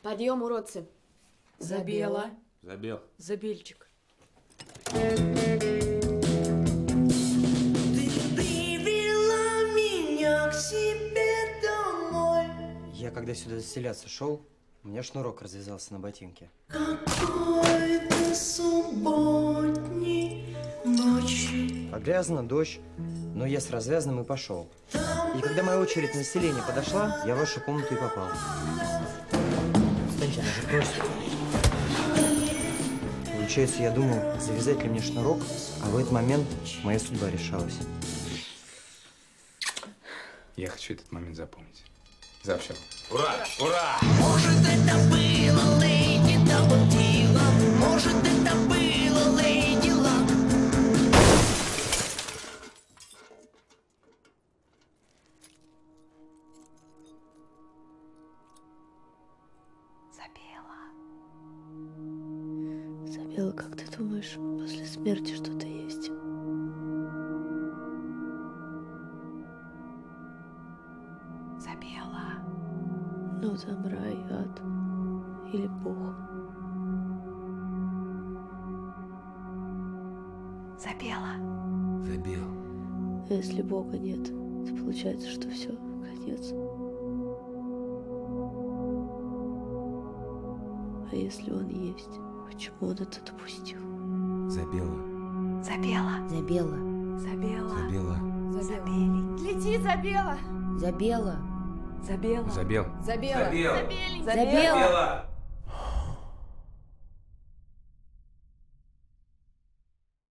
Подъем, уродцы. Забела. Забел. Забельчик. Ты привела меня к себе домой. Я когда сюда заселяться шел, у меня шнурок развязался на ботинке. Какой-то субботней ночью. А грязно, дождь, но я с развязанным и пошел. И когда моя очередь на заселение подошла, я в вашу комнату и попал. Кстати, даже просит. Получается, я думал, завязать ли мне шнурок, а в этот момент моя судьба решалась. Я хочу этот момент запомнить. Запомнил. Ура! Ура! Может, это было Леди Даблдила, может, это было Леди Лак. Забела, как ты думаешь, после смерти что-то есть? Забела. Ну, там рай, ад или Бог. Забела. Забел. А если Бога нет, то получается, что все, конец. А если он есть, почему он это допустил? Забела. Забела. Забела. Забела. Забела. Забели. Лети, Забела. Забела. Забела. Забел. Забела. Забел. Забела. Забела.